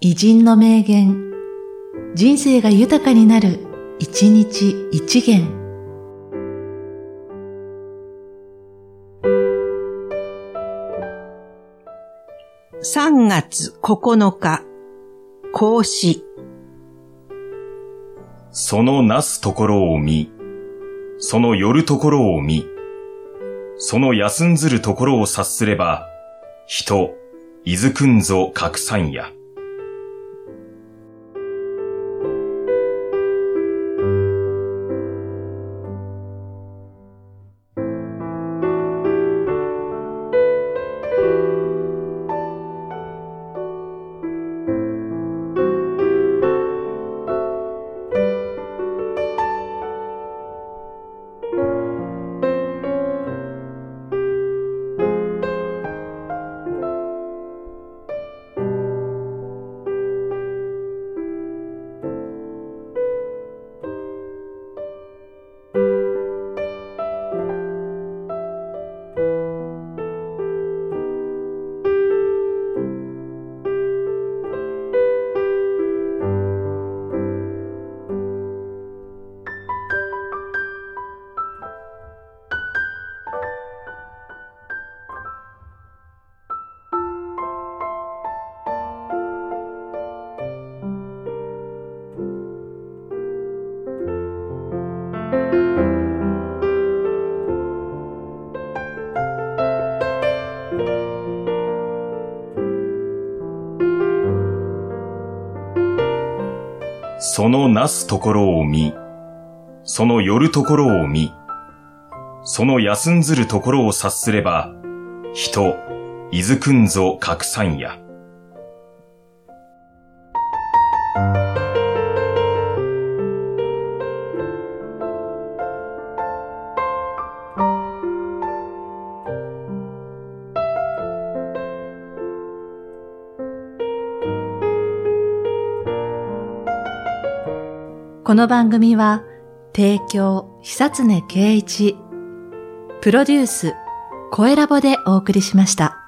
偉人の名言、人生が豊かになる、一日一元。 3月9日、孔子。 そのなすところを見、その寄るところを見、その休んずるところを察すれば、人、いずくんぞ拡散や。そのなすところを見、その寄るところを見、その休んずるところを察すれば、人、いずくんぞ拡散や。 この番組は、提供、久常圭一、プロデュース、声ラボでお送りしました。